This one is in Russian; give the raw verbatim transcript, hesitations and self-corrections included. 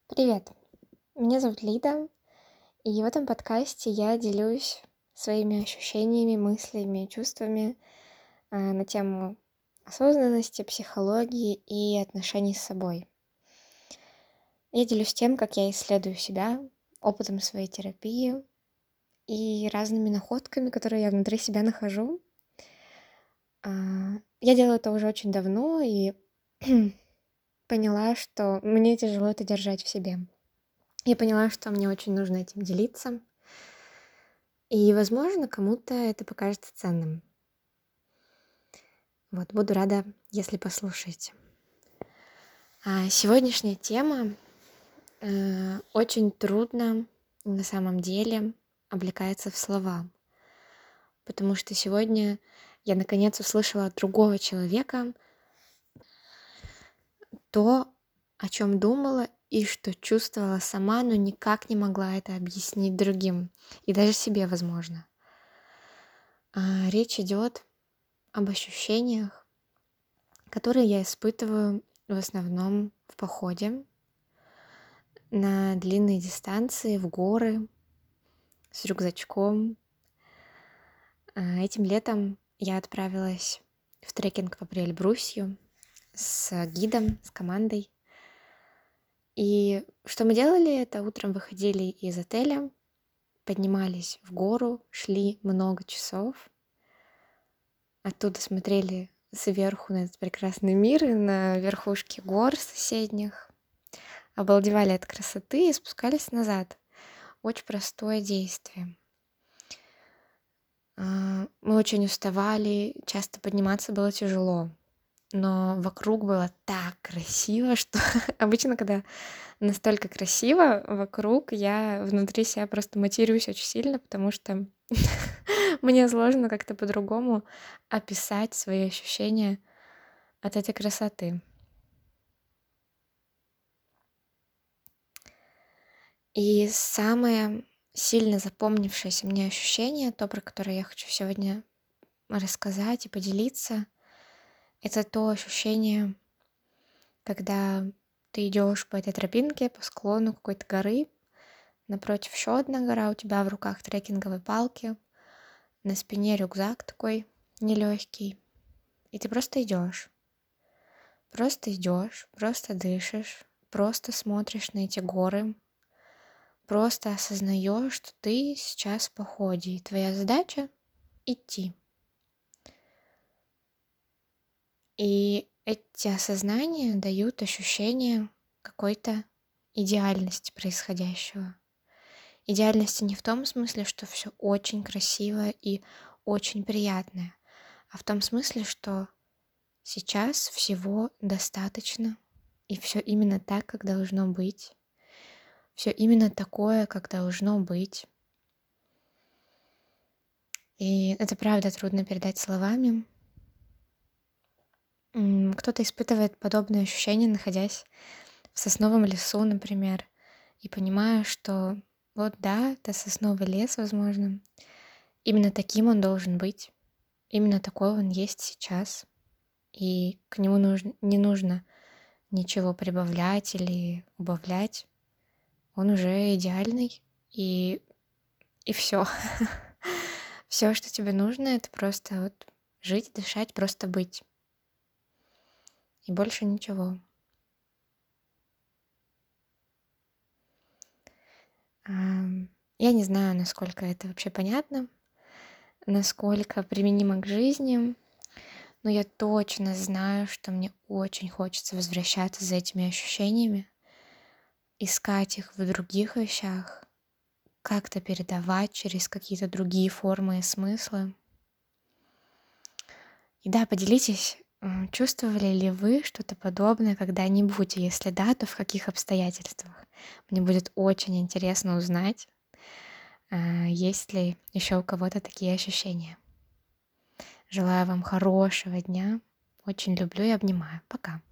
Привет, меня зовут Лида, и в этом подкасте я делюсь своими ощущениями, мыслями, чувствами а, на тему осознанности, психологии и отношений с собой. Я делюсь тем, как я исследую себя, опытом своей терапии и разными находками, которые я внутри себя нахожу. А, Я делаю это уже очень давно и поняла, что мне тяжело это держать в себе. Я поняла, что мне очень нужно этим делиться, и, возможно, кому-то это покажется ценным. Вот, буду рада, если послушаете. А сегодняшняя тема э, очень трудно на самом деле облекается в слова, потому что сегодня я наконец услышала от другого человека то, о чем думала и что чувствовала сама, но никак не могла это объяснить другим, и даже себе, возможно. А, речь идет об ощущениях, которые я испытываю в основном в походе на длинные дистанции, в горы, с рюкзачком. А, Этим летом я отправилась в трекинг по Эльбрусью с гидом, с командой. И что мы делали? Это утром выходили из отеля, поднимались в гору, шли много часов, оттуда смотрели сверху на этот прекрасный мир и на верхушки гор соседних, обалдевали от красоты и спускались назад. Очень простое действие. А, Мы очень уставали, часто подниматься было тяжело, но вокруг было так красиво, что обычно, когда настолько красиво вокруг, я внутри себя просто матерюсь очень сильно, потому что мне сложно как-то по-другому описать свои ощущения от этой красоты. И самое сильно запомнившееся мне ощущение, то, про которое я хочу сегодня рассказать и поделиться, это то ощущение, когда ты идешь по этой тропинке, по склону какой-то горы, напротив еще одна гора, у тебя в руках трекинговые палки, на спине рюкзак такой нелегкий, и ты просто идешь, просто идешь, просто дышишь, просто смотришь на эти горы, просто осознаешь, что ты сейчас в походе, и твоя задача — идти. И эти осознания дают ощущение какой-то идеальности происходящего. Идеальности не в том смысле, что все очень красиво и очень приятное, а в том смысле, что сейчас всего достаточно, и все именно так, как должно быть. Все именно такое, как должно быть. И это правда трудно передать словами. М, Кто-то испытывает подобные ощущения, находясь в сосновом лесу, например, и понимая, что вот да, это сосновый лес, возможно, именно таким он должен быть, именно такой он есть сейчас, и к нему нужно, не нужно ничего прибавлять или убавлять, он уже идеальный, и, и все. Все, что тебе нужно, это просто вот жить, дышать, просто быть, и больше ничего. Ам, Я не знаю, насколько это вообще понятно, насколько применимо к жизни, но я точно знаю, что мне очень хочется возвращаться за этими ощущениями, искать их в других вещах, как-то передавать через какие-то другие формы и смыслы. И да, поделитесь, м, чувствовали ли вы что-то подобное когда-нибудь, и если да, то в каких обстоятельствах? Мне будет очень интересно узнать, а, есть ли еще у кого-то такие ощущения. Желаю вам хорошего дня. Очень люблю и обнимаю. Пока.